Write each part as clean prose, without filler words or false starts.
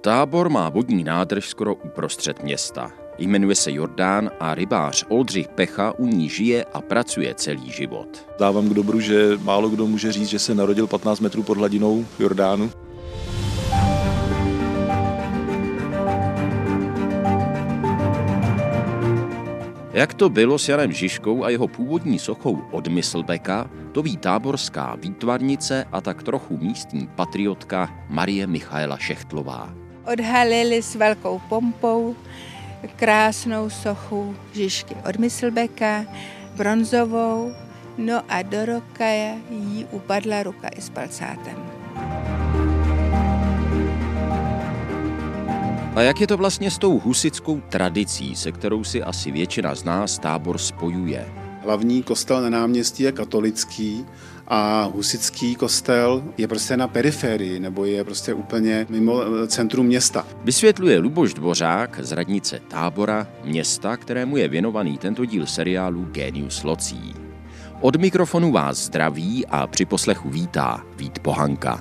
Tábor má vodní nádrž skoro uprostřed města. Jmenuje se Jordán a rybář Oldřich Pecha u ní žije a pracuje celý život. Dávám k dobru, že málo kdo může říct, že se narodil 15 metrů pod hladinou Jordánu. Jak to bylo s Janem Žižkou a jeho původní sochou od Myslbeka, to ví táborská výtvarnice a tak trochu místní patriotka Marie Michaela Šechtlová. Odhalili s velkou pompou krásnou sochu Žižky od Myslbeka, bronzovou, no a do roka jí upadla ruka i s palcátem. A jak je to vlastně s tou husitskou tradicí, se kterou si asi většina z nás Tábor spojuje? Hlavní kostel na náměstí je katolický a husitský kostel je prostě na periferii, nebo je prostě úplně mimo centrum města. Vysvětluje Luboš Dvořák z radnice Tábora, města, kterému je věnovaný tento díl seriálu Génius loci. Od mikrofonu vás zdraví a při poslechu vítá Vít Pohanka.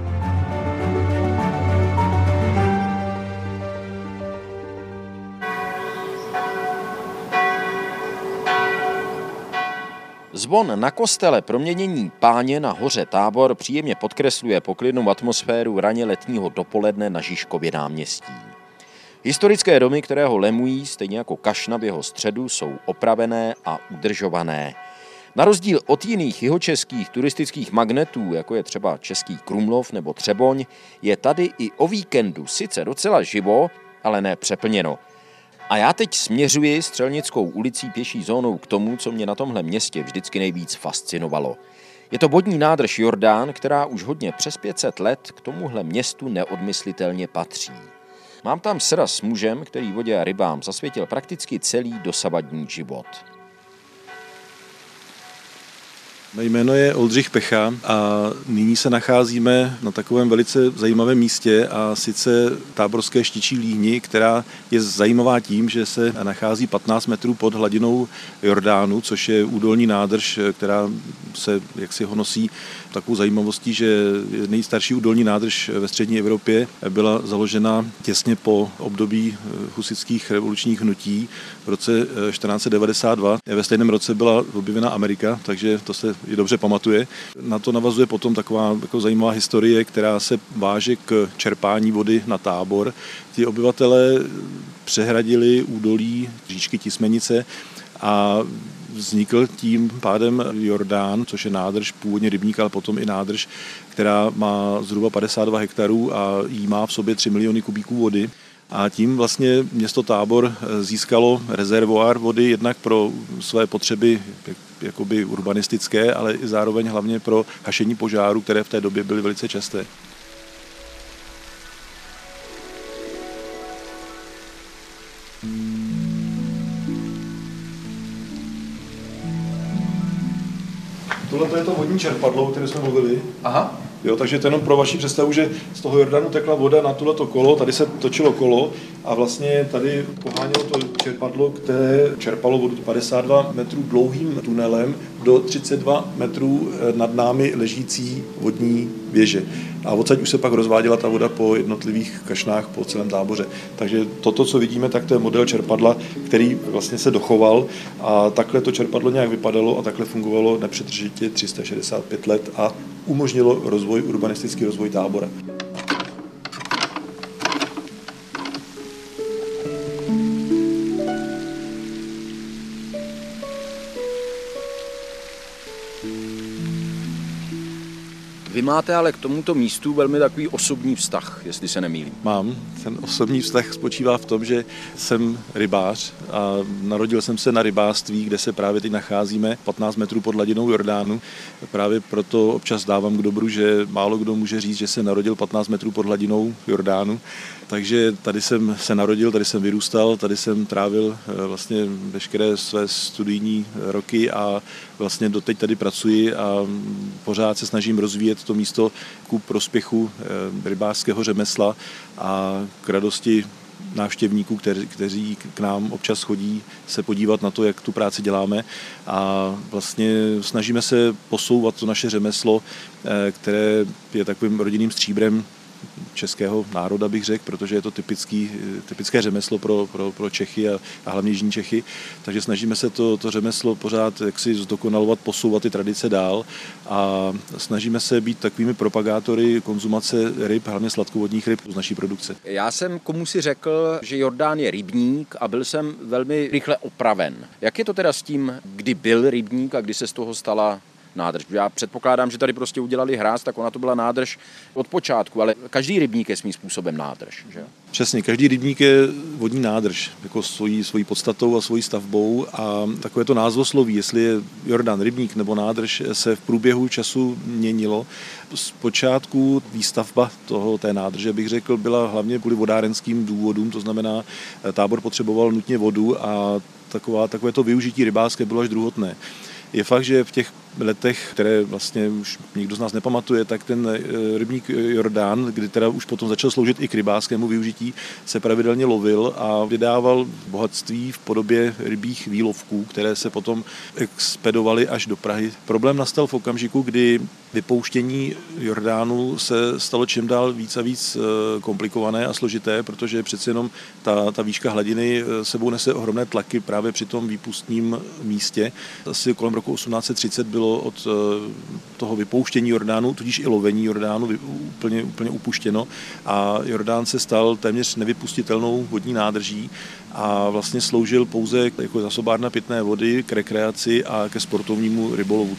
Zvon na kostele Proměnění Páně na hoře Tábor příjemně podkresluje poklidnou atmosféru raně letního dopoledne na Žižkově náměstí. Historické domy, které ho lemují, stejně jako kašna v jeho středu, jsou opravené a udržované. Na rozdíl od jiných jihočeských turistických magnetů, jako je třeba Český Krumlov nebo Třeboň, je tady i o víkendu sice docela živo, ale ne přeplněno. A já teď směřuji Střelnickou ulicí pěší zónou k tomu, co mě na tomhle městě vždycky nejvíc fascinovalo. Je to vodní nádrž Jordán, která už hodně přes 500 let k tomuhle městu neodmyslitelně patří. Mám tam sraz s mužem, který vodě a rybám zasvětil prakticky celý dosavadní život. Mé jméno je Oldřich Pecha a nyní se nacházíme na takovém velice zajímavém místě, a sice Táborské Štičí líhni, která je zajímavá tím, že se nachází 15 metrů pod hladinou Jordánu, což je údolní nádrž, která se jaksi honosí takovou zajímavostí, že nejstarší údolní nádrž ve střední Evropě byla založena těsně po období husitských revolučních hnutí v roce 1492. Ve stejném roce byla objevena Amerika, takže to se i dobře pamatuje. Na to navazuje potom taková jako zajímavá historie, která se váže k čerpání vody na Tábor. Ti obyvatelé přehradili údolí říčky Tismenice a vznikl tím pádem Jordán, což je nádrž, původně rybník, ale potom i nádrž, která má zhruba 52 hektarů a jí má v sobě 3 miliony kubíků vody. A tím vlastně město Tábor získalo rezervoár vody jednak pro své potřeby jakoby urbanistické, ale i zároveň hlavně pro hašení požárů, které v té době byly velice časté. Tohle je to vodní čerpadlo, o kterém jsme mluvili. Aha. Jo, takže to jenom pro vaši představu, že z toho Jordánu tekla voda na tohleto kolo, tady se točilo kolo a vlastně tady pohánělo to čerpadlo, které čerpalo vodu 52 metrů dlouhým tunelem do 32 metrů nad námi ležící vodní věže. A odsaď už se pak rozváděla ta voda po jednotlivých kašnách po celém Táboře. Takže toto, co vidíme, tak to je model čerpadla, který vlastně se dochoval a takhle to čerpadlo nějak vypadalo a takhle fungovalo nepřetržitě 365 let a umožnilo urbanistický rozvoj Tábora. Vy máte ale k tomuto místu velmi takový osobní vztah, jestli se nemýlím. Mám. Ten osobní vztah spočívá v tom, že jsem rybář a narodil jsem se na rybářství, kde se právě teď nacházíme 15 metrů pod hladinou Jordánu. Právě proto občas dávám k dobru, že málo kdo může říct, že se narodil 15 metrů pod hladinou Jordánu. Takže tady jsem se narodil, tady jsem vyrůstal, tady jsem trávil vlastně veškeré své studijní roky a vlastně doteď tady pracuji a pořád se snažím rozvíjet to místo ku prospěchu rybářského řemesla a k radosti návštěvníků, kteří k nám občas chodí se podívat na to, jak tu práci děláme, a vlastně snažíme se posouvat to naše řemeslo, které je takovým rodinným stříbrem českého národa, bych řekl, protože je to typické řemeslo pro Čechy a hlavně jižní Čechy. Takže snažíme se to řemeslo pořád jaksi zdokonalovat, posouvat ty tradice dál a snažíme se být takovými propagátory konzumace ryb, hlavně sladkovodních ryb z naší produkce. Já jsem komusi řekl, že Jordán je rybník a byl jsem velmi rychle opraven. Jak je to teda s tím, kdy byl rybník a kdy se z toho stala nádrž? Já předpokládám, že tady prostě udělali hráz, tak ona to byla nádrž od počátku, ale každý rybník je svým způsobem nádrž, že? Přesně, každý rybník je vodní nádrž, jako svojí podstatou a svojí stavbou a takové to názvosloví, jestli je Jordán rybník nebo nádrž, se v průběhu času měnilo. Zpočátku výstavba té nádrže, bych řekl, byla hlavně kvůli vodárenským důvodům, to znamená, Tábor potřeboval nutně vodu a takové to využití rybářské bylo až druhotné. Je fakt, že v těch letech, které vlastně už nikdo z nás nepamatuje, tak ten rybník Jordán, kdy teda už potom začal sloužit i k rybářskému využití, se pravidelně lovil a vydával bohatství v podobě rybích výlovků, které se potom expedovaly až do Prahy. Problém nastal v okamžiku, kdy vypouštění Jordánu se stalo čím dál víc a víc komplikované a složité, protože přece jenom ta výška hladiny sebou nese ohromné tlaky právě při tom výpustním místě. Asi kolem roku 1830 bylo od toho vypouštění Jordánu, tudíž i lovení Jordánu úplně upuštěno a Jordán se stal téměř nevypustitelnou vodní nádrží a vlastně sloužil pouze jako zásobárna pitné vody k rekreaci a ke sportovnímu rybolovu.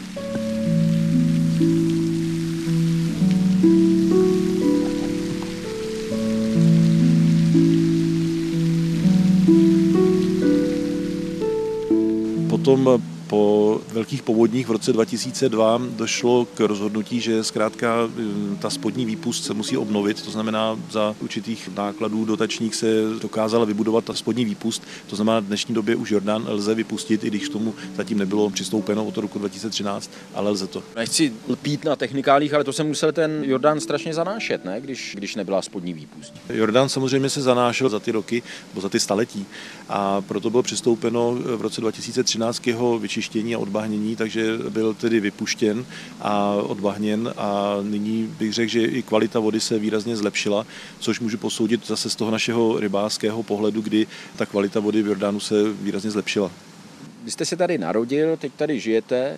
Potom po velkých povodních v roce 2002 došlo k rozhodnutí, že zkrátka ta spodní výpust se musí obnovit, to znamená za určitých nákladů dotačních se dokázala vybudovat ta spodní výpust, to znamená v dnešní době už Jordán lze vypustit, i když k tomu zatím nebylo přistoupeno od roku 2013, ale lze to. Nechci lpít na technikálích, ale to se musel ten Jordán strašně zanášet, ne? Když nebyla spodní výpust. Jordán samozřejmě se zanášel za ty roky, nebo za ty staletí a proto bylo přistoupeno v roce 2013 k jeho vyčištění a odbahnění, takže byl tedy vypuštěn a odbahněn a nyní bych řekl, že i kvalita vody se výrazně zlepšila, což můžu posoudit zase z toho našeho rybářského pohledu, kdy ta kvalita vody v Jordánu se výrazně zlepšila. Vy jste se tady narodil, teď tady žijete.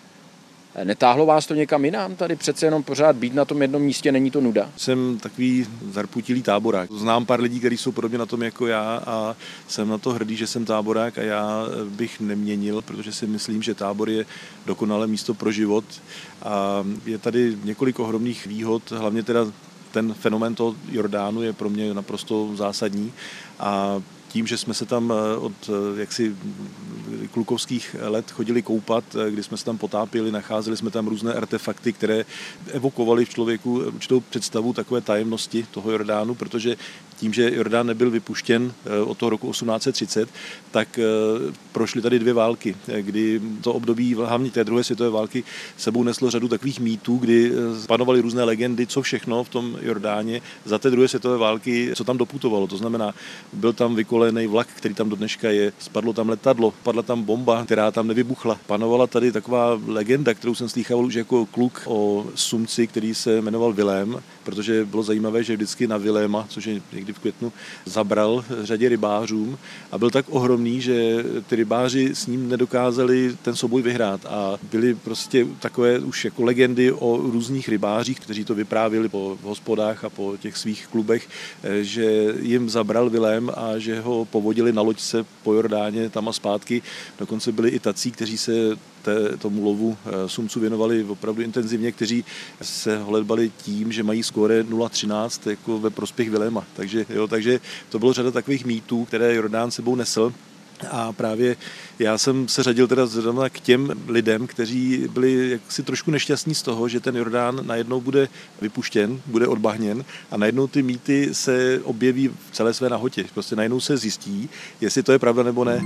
Netáhlo vás to někam jinam? Tady přece jenom pořád být na tom jednom místě, není to nuda? Jsem takový zarputilý táborák. Znám pár lidí, kteří jsou podobně na tom jako já a jsem na to hrdý, že jsem táborák a já bych neměnil, protože si myslím, že Tábor je dokonalé místo pro život a je tady několik ohromných výhod, hlavně teda ten fenomén toho Jordánu je pro mě naprosto zásadní a tím, že jsme se tam od jaksi klukovských let chodili koupat, kdy jsme se tam potápěli, nacházeli jsme tam různé artefakty, které evokovaly v člověku určitou představu takové tajemnosti toho Jordánu, protože tím, že Jordán nebyl vypuštěn od toho roku 1830, tak prošly tady 2 války, kdy to období hlavně té druhé světové války sebou neslo řadu takových mýtů, kdy panovaly různé legendy, co všechno v tom Jordáně za té druhé světové války, co tam doputovalo. To znamená, byl tam vykolený vlak, který tam do dneška je, spadlo tam letadlo, padla tam bomba, která tam nevybuchla. Panovala tady taková legenda, kterou jsem slýchal už jako kluk o sumci, který se jmenoval Vilém, protože bylo zajímavé, že vždycky na Viléma, což je někdy v květnu, zabral řadě rybářům a byl tak ohromný, že ty rybáři s ním nedokázali ten souboj vyhrát a byly prostě takové už jako legendy o různých rybářích, kteří to vyprávěli po hospodách a po těch svých klubech, že jim zabral Vilém a že ho povodili na loďce po Jordáně tam a zpátky. Dokonce byli i tací, kteří se tomu lovu sumců věnovali opravdu intenzivně, kteří se holedbali tím, že mají skóre 0,13 jako ve prospěch Viléma. Takže to bylo řada takových mýtů, které Jordán sebou nesl. A právě já jsem se řadil teda zrovna k těm lidem, kteří byli jaksi trošku nešťastní z toho, že ten Jordán najednou bude vypuštěn, bude odbahněn a najednou ty mýty se objeví v celé své nahotě. Prostě najednou se zjistí, jestli to je pravda nebo ne.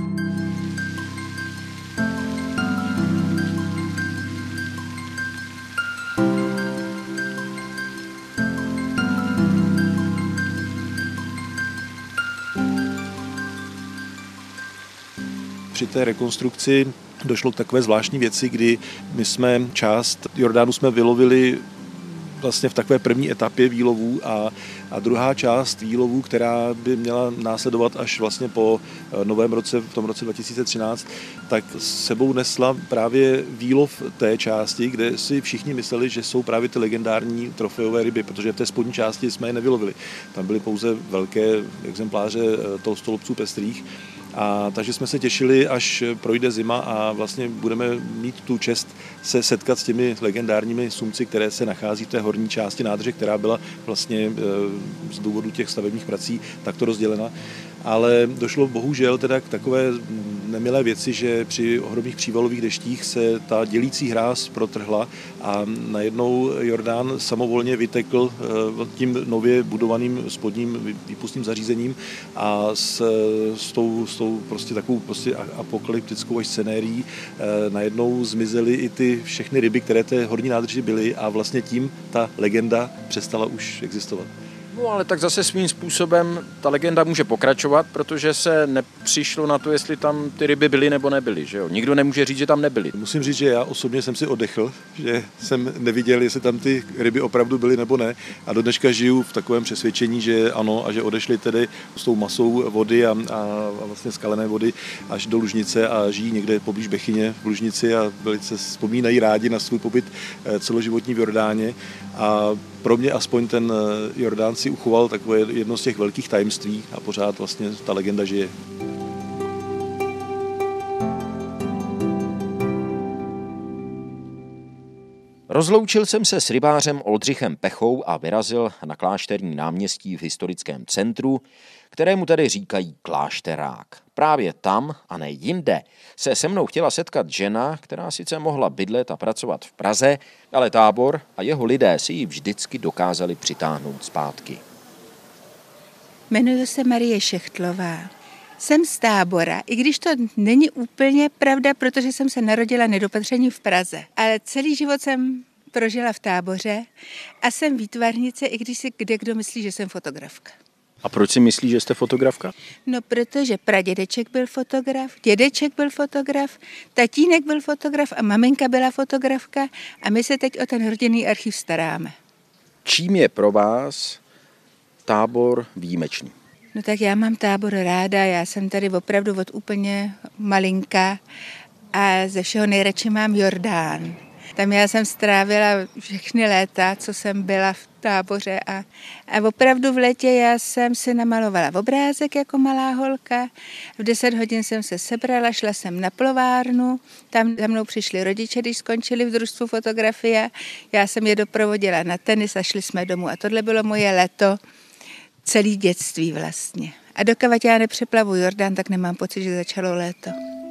Při té rekonstrukci došlo k takové zvláštní věci, kdy my jsme část Jordánu jsme vylovili vlastně v takové první etapě výlovů a druhá část výlovů, která by měla následovat až vlastně po novém roce, v tom roce 2013, tak s sebou nesla právě výlov té části, kde si všichni mysleli, že jsou právě ty legendární trofejové ryby, protože v té spodní části jsme je nevylovili. Tam byly pouze velké exempláře tolstolobců pestrých. A takže jsme se těšili, až projde zima a vlastně budeme mít tu čest se setkat s těmi legendárními sumci, které se nachází v té horní části nádrže, která byla vlastně z důvodu těch stavebních prací takto rozdělena. Ale došlo bohužel teda k takové nemilé věci, že při ohromných přívalových deštích se ta dělící hráz protrhla a najednou Jordán samovolně vytekl tím nově budovaným spodním výpustním zařízením a s tou prostě takovou prostě apokalyptickou až scenérií najednou zmizely i ty všechny ryby, které té horní nádrži byly a vlastně tím ta legenda přestala už existovat. No ale tak zase svým způsobem ta legenda může pokračovat, protože se nepřišlo na to, jestli tam ty ryby byly nebo nebyly, že jo? Nikdo nemůže říct, že tam nebyly. Musím říct, že já osobně jsem si oddechl, že jsem neviděl, jestli tam ty ryby opravdu byly nebo ne. A do dneška žiju v takovém přesvědčení, že ano a že odešli tedy s tou masou vody a vlastně skalené vody až do Lužnice a žijí někde poblíž Bechyně v Lužnici a velice vzpomínají rádi na svůj pobyt celoživotní v Jordáně. A pro mě aspoň ten Jordán si uchoval takové jedno z těch velkých tajemství a pořád vlastně ta legenda žije. Rozloučil jsem se s rybářem Oldřichem Pechou a vyrazil na Klášterní náměstí v historickém centru, kterému tady říkají Klášterák. Právě tam, a ne jinde, se mnou chtěla setkat žena, která sice mohla bydlet a pracovat v Praze, ale Tábor a jeho lidé si ji vždycky dokázali přitáhnout zpátky. Jmenuji se Marie Šechtlová. Jsem z Tábora, i když to není úplně pravda, protože jsem se narodila nedopatření v Praze. Ale celý život jsem prožila v Táboře a jsem výtvarnice, i když si kdekdo myslí, že jsem fotografka. A proč si myslíš, že jste fotografka? No, protože pradědeček byl fotograf, dědeček byl fotograf, tatínek byl fotograf a maminka byla fotografka a my se teď o ten rodinný archiv staráme. Čím je pro vás Tábor výjimečný? No tak já mám Tábor ráda, já jsem tady opravdu od úplně malinka a ze všeho nejradši mám Jordán. Tam já jsem strávila všechny léta, co jsem byla v Táboře a opravdu v létě já jsem si namalovala obrázek jako malá holka. V 10 hodin jsem se sebrala, šla jsem na plovárnu, tam za mnou přišli rodiče, když skončili v družstvu fotografie. Já jsem je doprovodila na tenis a šli jsme domů a tohle bylo moje léto, celý dětství vlastně. A dokud já nepřeplavu Jordán, tak nemám pocit, že začalo léto.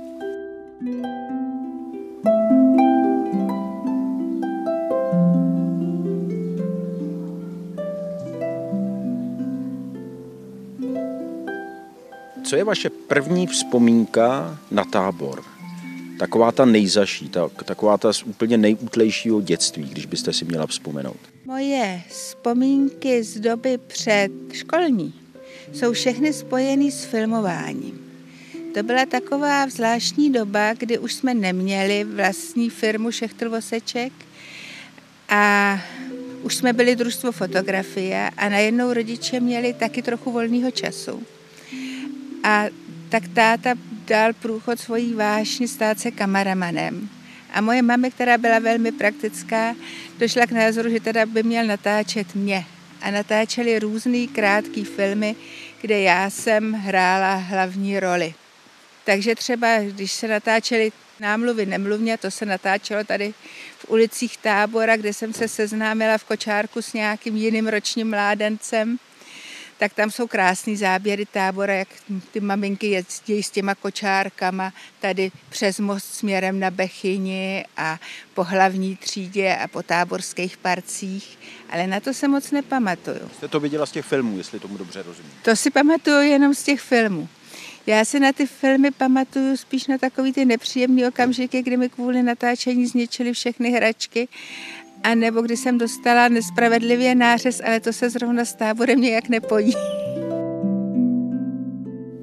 Co je vaše první vzpomínka na Tábor? Taková ta nejzaší, taková ta z úplně nejútlejšího dětství, když byste si měla vzpomenout. Moje vzpomínky z doby předškolní jsou všechny spojené s filmováním. To byla taková zvláštní doba, kdy už jsme neměli vlastní firmu Šechtl Voseček a už jsme byli družstvo fotografie a najednou rodiče měli taky trochu volného času. A tak táta dal průchod svojí vášni stát se kameramanem. A moje mama, která byla velmi praktická, došla k názoru, že teda by měl natáčet mě. A natáčeli různý krátký filmy, kde já jsem hrála hlavní roli. Takže třeba, když se natáčeli Námluvy nemluvně, to se natáčelo tady v ulicích Tábora, kde jsem se seznámila v kočárku s nějakým jiným ročním mládencem, tak tam jsou krásný záběry Tábora, jak ty maminky jezdí s těma kočárkama tady přes most směrem na Bechyni a po hlavní třídě a po táborských parcích, ale na to se moc nepamatuju. Jste to viděla z těch filmů, jestli tomu dobře rozumím? To si pamatuju jenom z těch filmů. Já si na ty filmy pamatuju spíš na takový ty nepříjemný okamžiky, kdy mi kvůli natáčení zničili všechny hračky, a nebo když jsem dostala nespravedlivě nářez, ale to se zrovna s Táborem nějak nepojí.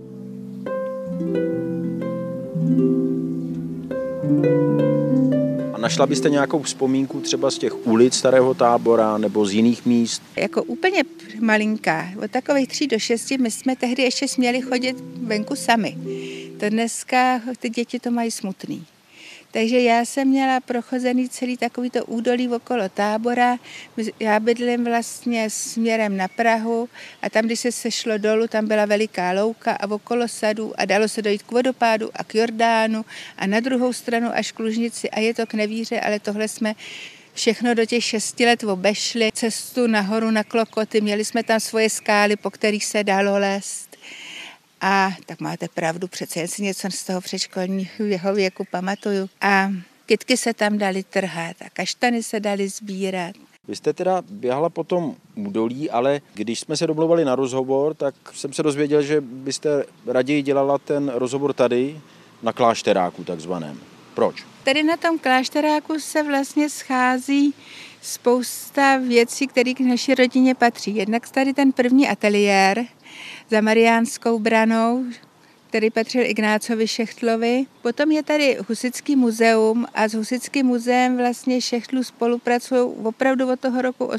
A našla byste nějakou vzpomínku třeba z těch ulic Starého Tábora nebo z jiných míst? Jako úplně malinká, od takových 3 do 6 my jsme tehdy ještě směli chodit venku sami. To dneska ty děti to mají smutný. Takže já jsem měla prochozený celý takovýto údolí okolo Tábora. Já bydlím vlastně směrem na Prahu a tam, když se sešlo dolů, tam byla veliká louka a okolo sadu a dalo se dojít k vodopádu a k Jordánu a na druhou stranu až k Lužnici a je to k Nevíře, ale tohle jsme všechno do těch 6 let obešli. Cestu nahoru na Klokoty, měli jsme tam svoje skály, po kterých se dalo lézt. A tak máte pravdu, přece jen si něco z toho předškolního věku pamatuju. A kytky se tam daly trhat a kaštany se daly sbírat. Vy jste teda běhala po tom údolí, ale když jsme se domluvali na rozhovor, tak jsem se dozvěděl, že byste raději dělala ten rozhovor tady, na klášteráku takzvaném. Proč? Tady na tom klášteráku se vlastně schází spousta věcí, které k naší rodině patří. Jednak tady ten první ateliér za Mariánskou branou, který patřil Ignácovi Šechtlovi. Potom je tady Husitský muzeum a s Husitským muzeem vlastně Šechtlu spolupracují opravdu od toho roku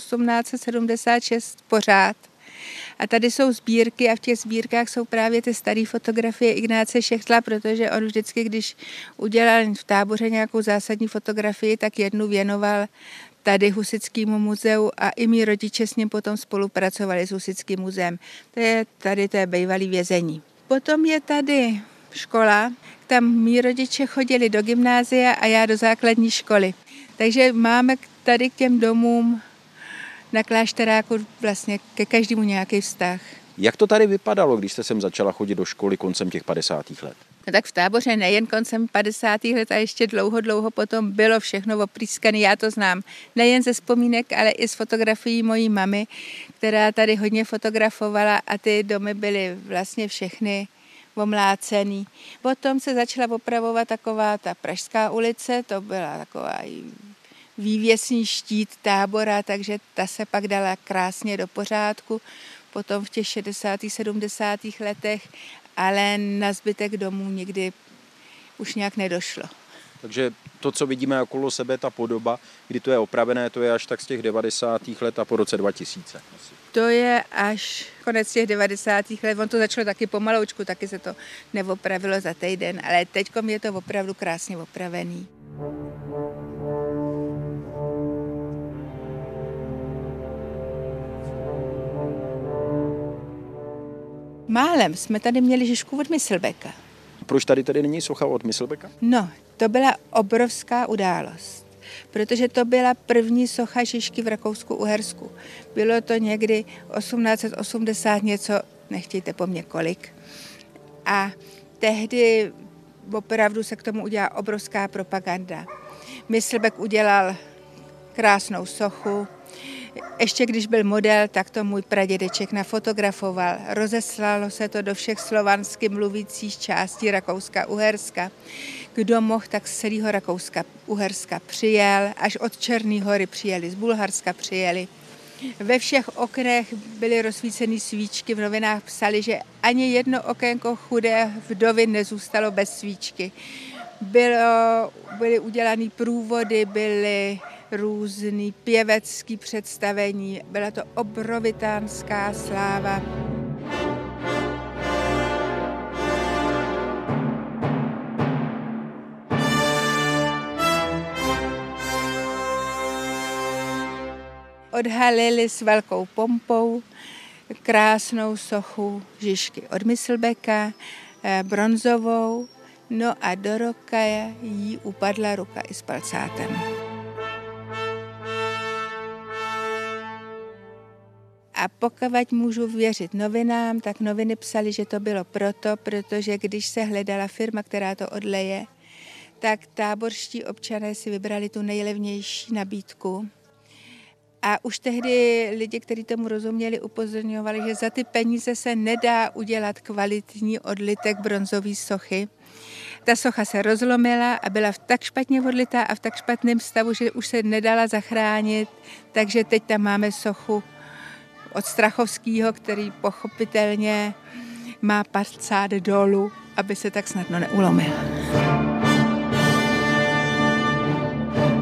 1876 pořád. A tady jsou sbírky a v těch sbírkách jsou právě ty staré fotografie Ignáce Šechtla, protože on vždycky, když udělal v Táboře nějakou zásadní fotografii, tak jednu věnoval tady Husitskému muzeu a i mý rodiče s ním potom spolupracovali s Husitským muzeem. To je bývalý vězení. Potom je tady škola, tam mý rodiče chodili do gymnázia a já do základní školy. Takže máme tady k těm domům na klášteráku vlastně ke každému nějaký vztah. Jak to tady vypadalo, když jste sem začala chodit do školy koncem těch 50. let? No tak v Táboře nejen koncem 50. let a ještě dlouho potom bylo všechno oprýskané. Já to znám nejen ze vzpomínek, ale i z fotografií mojí mamy, která tady hodně fotografovala a ty domy byly vlastně všechny omlácený. Potom se začala opravovat taková ta Pražská ulice, to byla taková vývěsný štít Tábora, takže ta se pak dala krásně do pořádku. Potom v těch 60. 70. letech, ale na zbytek domů nikdy už nějak nedošlo. Takže to, co vidíme okolo sebe, ta podoba, kdy to je opravené, to je až tak z těch 90. let a po roce 2000. To je až konec těch 90. let. On to začalo taky pomaloučku, taky se to neopravilo za týden, ale teďkom je to opravdu krásně opravený. Málem jsme tady měli Žižku od Myslbeka. Proč tady není socha od Myslbeka? No, to byla obrovská událost, protože to byla první socha Žižky v Rakousku-Uhersku. Bylo to někdy 1880 něco, nechtějte po mně kolik. A tehdy opravdu se k tomu udělala obrovská propaganda. Myslbek udělal krásnou sochu. Ještě když byl model, tak to můj pradědeček nafotografoval. Rozeslalo se to do všech slovansky mluvících částí Rakouska-Uherska. Kdo mohl, tak z celého Rakouska-Uherska přijel, až od Černé Hory přijeli, z Bulharska přijeli. Ve všech oknech byly rozsvícené svíčky, v novinách psali, že ani jedno okénko chudé vdovy nezůstalo bez svíčky. Byly udělané průvody, byly různý pěvecký představení. Byla to obrovitánská sláva. Odhalili s velkou pompou krásnou sochu Žižky od Myslbeka, bronzovou, no a do roka jí upadla ruka i s palcátem. A pokud můžu věřit novinám, tak noviny psaly, že to bylo protože když se hledala firma, která to odleje, tak táborští občané si vybrali tu nejlevnější nabídku. A už tehdy lidi, kteří tomu rozuměli, upozorňovali, že za ty peníze se nedá udělat kvalitní odlitek bronzové sochy. Ta socha se rozlomila a byla tak špatně odlitá a v tak špatném stavu, že už se nedala zachránit, takže teď tam máme sochu od Strachovského, který pochopitelně má palcát dolů, aby se tak snadno neulomil.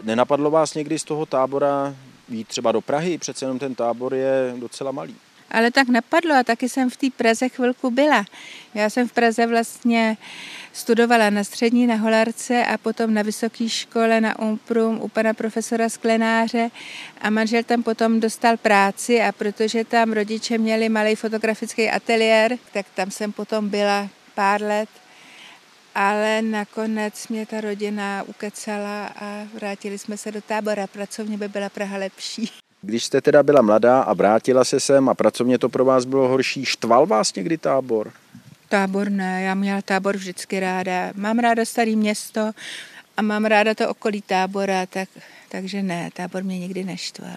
Nenapadlo vás někdy z toho tábora jít třeba do Prahy? Přece jenom ten tábor je docela malý. Ale tak napadlo a taky jsem v té Praze chvilku byla. Já jsem v Praze vlastně studovala na střední, na Holarce a potom na vysoké škole na Umprum u pana profesora Sklenáře a manžel tam potom dostal práci a protože tam rodiče měli malý fotografický ateliér, tak tam jsem potom byla pár let, ale nakonec mě ta rodina ukecala a vrátili jsme se do tábora. Pracovně by byla Praha lepší. Když jste teda byla mladá a vrátila se sem a pracovně to pro vás bylo horší, štval vás někdy tábor? Tábor ne, já měla tábor vždycky ráda. Mám ráda Staré Město a mám ráda to okolí tábora, takže ne, tábor mě nikdy neštval.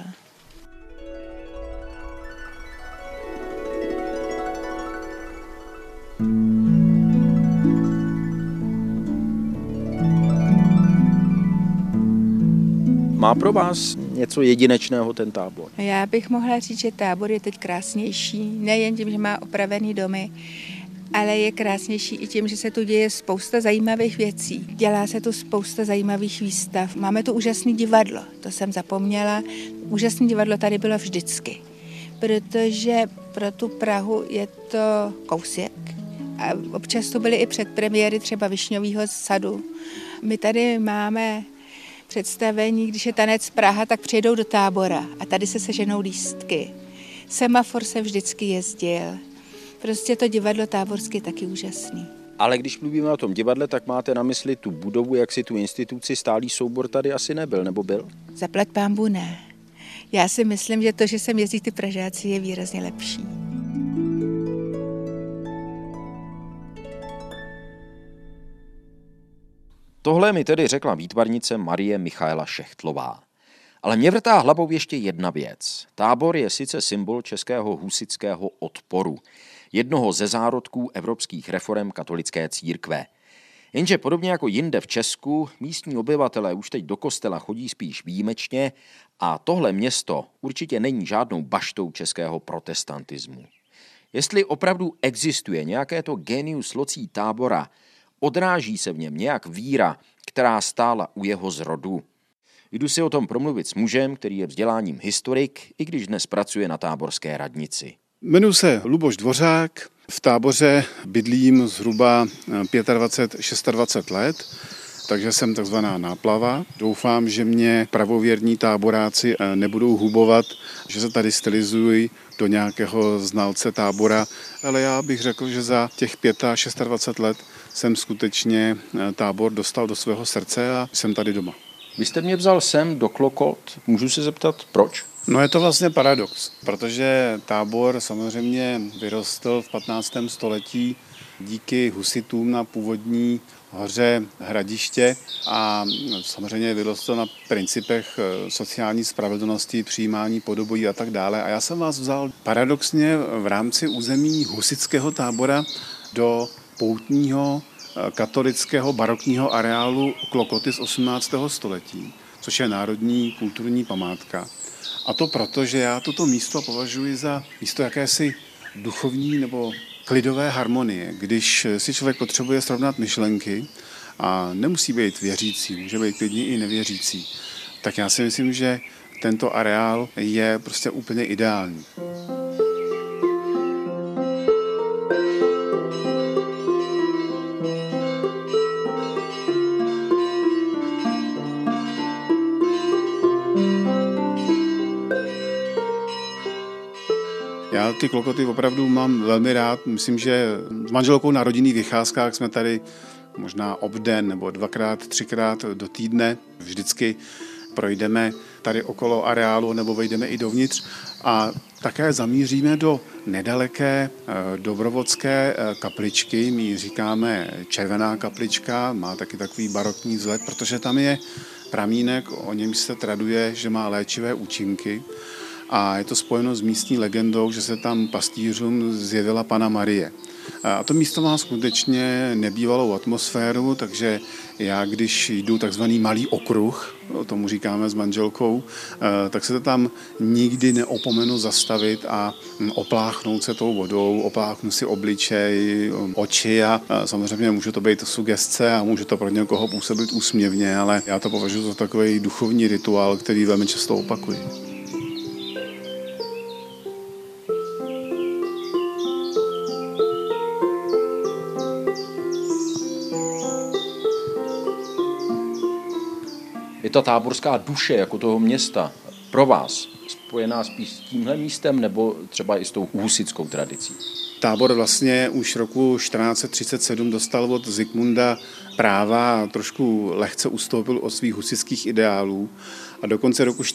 Má pro vás něco jedinečného ten tábor? Já bych mohla říct, že tábor je teď krásnější, nejen tím, že má opravený domy, ale je krásnější i tím, že se tu děje spousta zajímavých věcí. Dělá se tu spousta zajímavých výstav. Máme tu úžasné divadlo, to jsem zapomněla. Úžasné divadlo tady bylo vždycky, protože pro tu Prahu je to kousek. A občas tu byly i předpremiéry třeba Višňovýho sadu. My tady máme představení, když je tanec Praha, tak přijedou do tábora a tady se seženou lístky. Semafor se vždycky jezdil. Prostě to divadlo táborské je taky úžasný. Ale když mluvíme o tom divadle, tak máte na mysli tu budovu, jak si tu instituci, stálý soubor tady asi nebyl, nebo byl? Zaplať pánbu ne. Já si myslím, že to, že sem jezdí ty Pražáci, je výrazně lepší. Tohle mi tedy řekla výtvarnice Marie Michaela Šechtlová. Ale mě vrtá hlavou ještě jedna věc. Tábor je sice symbol českého husitského odporu, jednoho ze zárodků evropských reforem katolické církve. Jenže podobně jako jinde v Česku, místní obyvatelé už teď do kostela chodí spíš výjimečně a tohle město určitě není žádnou baštou českého protestantismu. Jestli opravdu existuje nějaké to genius loci tábora, odráží se v něm nějak víra, která stála u jeho zrodu. Jdu si o tom promluvit s mužem, který je vzděláním historik, i když dnes pracuje na táborské radnici. Jmenuji se Luboš Dvořák, v táboře bydlím zhruba 25-26 let, takže jsem takzvaná náplava. Doufám, že mě pravověrní táboráci nebudou hubovat, že se tady stylizují do nějakého znalce tábora, ale já bych řekl, že za těch 26 let jsem skutečně tábor dostal do svého srdce a jsem tady doma. Vy jste mě vzal sem do Klokot, můžu se zeptat proč? No je to vlastně paradox, protože tábor samozřejmě vyrostl v 15. století díky husitům na původní hoře Hradiště a samozřejmě vyrostl na principech sociální spravedlnosti, přijímání podobojí a tak dále. A já jsem vás vzal paradoxně v rámci území husitského tábora do poutního katolického barokního areálu Klokoty z 18. století, což je národní kulturní památka. A to proto, že já toto místo považuji za místo jakési duchovní nebo klidové harmonie, když si člověk potřebuje srovnat myšlenky a nemusí být věřící, může být klidně i nevěřící, tak já si myslím, že tento areál je prostě úplně ideální. Já ty Klokoty opravdu mám velmi rád. Myslím, že s manželkou na rodinných vycházkách jsme tady možná obden nebo 2x, 3x do týdne. Vždycky projdeme tady okolo areálu nebo vejdeme i dovnitř a také zamíříme do nedaleké dobrovodské kapličky. My ji říkáme Červená kaplička, má taky takový barokní vzhled, protože tam je pramínek, o něm se traduje, že má léčivé účinky. A je to spojeno s místní legendou, že se tam pastýřům zjevila Panna Marie. A to místo má skutečně nebývalou atmosféru, takže já, když jdu takzvaný malý okruh, tomu říkáme s manželkou, tak se to tam nikdy neopomenu zastavit a opláchnout se tou vodou, opláchnu si obličej, oči a samozřejmě může to být sugestce a může to pro někoho působit úsměvně, ale já to považuji za takový duchovní rituál, který velmi často opakuji. Je ta táborská duše jako toho města pro vás spojená spíš s tímhle místem nebo třeba i s tou husitskou tradicí? Tábor vlastně už roku 1437 dostal od Zikmunda práva a trošku lehce ustoupil od svých husitských ideálů a do konce roku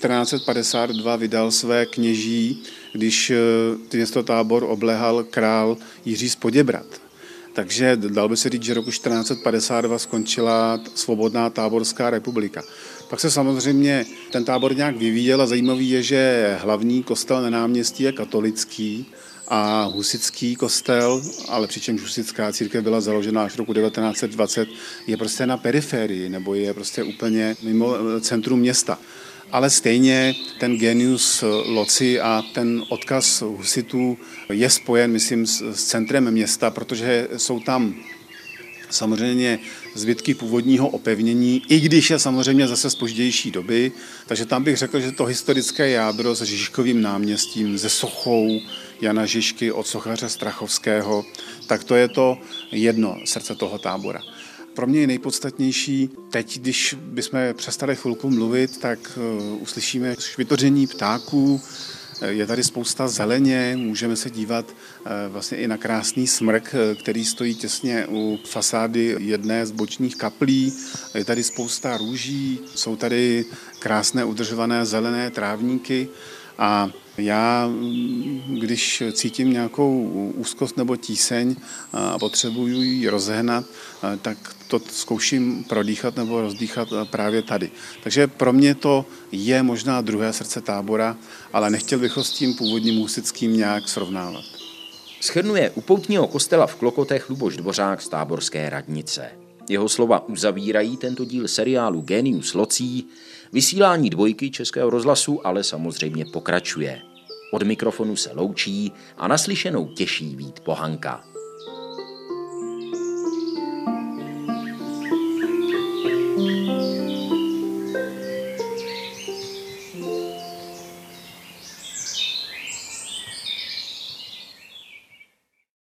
1452 vydal své kněží, když město Tábor obléhal král Jiří z Poděbrad. Takže dal by se říct, že roku 1452 skončila svobodná táborská republika. Pak se samozřejmě ten tábor nějak vyvíjel a zajímavý je, že hlavní kostel na náměstí je katolický a husitský kostel, ale přičemž husitská církev byla založena až roku 1920, je prostě na periferii nebo je prostě úplně mimo centrum města. Ale stejně ten genius loci a ten odkaz husitů je spojen, myslím, s centrem města, protože jsou tam samozřejmě zbytky původního opevnění, i když je samozřejmě zase z pozdější doby. Takže tam bych řekl, že to historické jádro s Žižkovým náměstím, se sochou Jana Žižky od sochaře Strachovského, tak to je to jedno srdce toho Tábora. Pro mě je nejpodstatnější, teď, když bychom přestali chvilku mluvit, tak uslyšíme švitoření ptáků, je tady spousta zeleně, můžeme se dívat vlastně i na krásný smrk, který stojí těsně u fasády jedné z bočních kaplí. Je tady spousta růží, jsou tady krásné udržované zelené trávníky a já, když cítím nějakou úzkost nebo tíseň a potřebuji ji rozehnat, tak to zkouším prodýchat nebo rozdýchat právě tady. Takže pro mě to je možná druhé srdce Tábora, ale nechtěl bych ho s tím původním husitským nějak srovnávat. Shrnuje u poutního kostela v Klokotech Luboš Dvořák z táborské radnice. Jeho slova uzavírají tento díl seriálu Genius locí. Vysílání dvojky Českého rozhlasu ale samozřejmě pokračuje. Od mikrofonu se loučí a naslyšenou těší Vít Pohanka.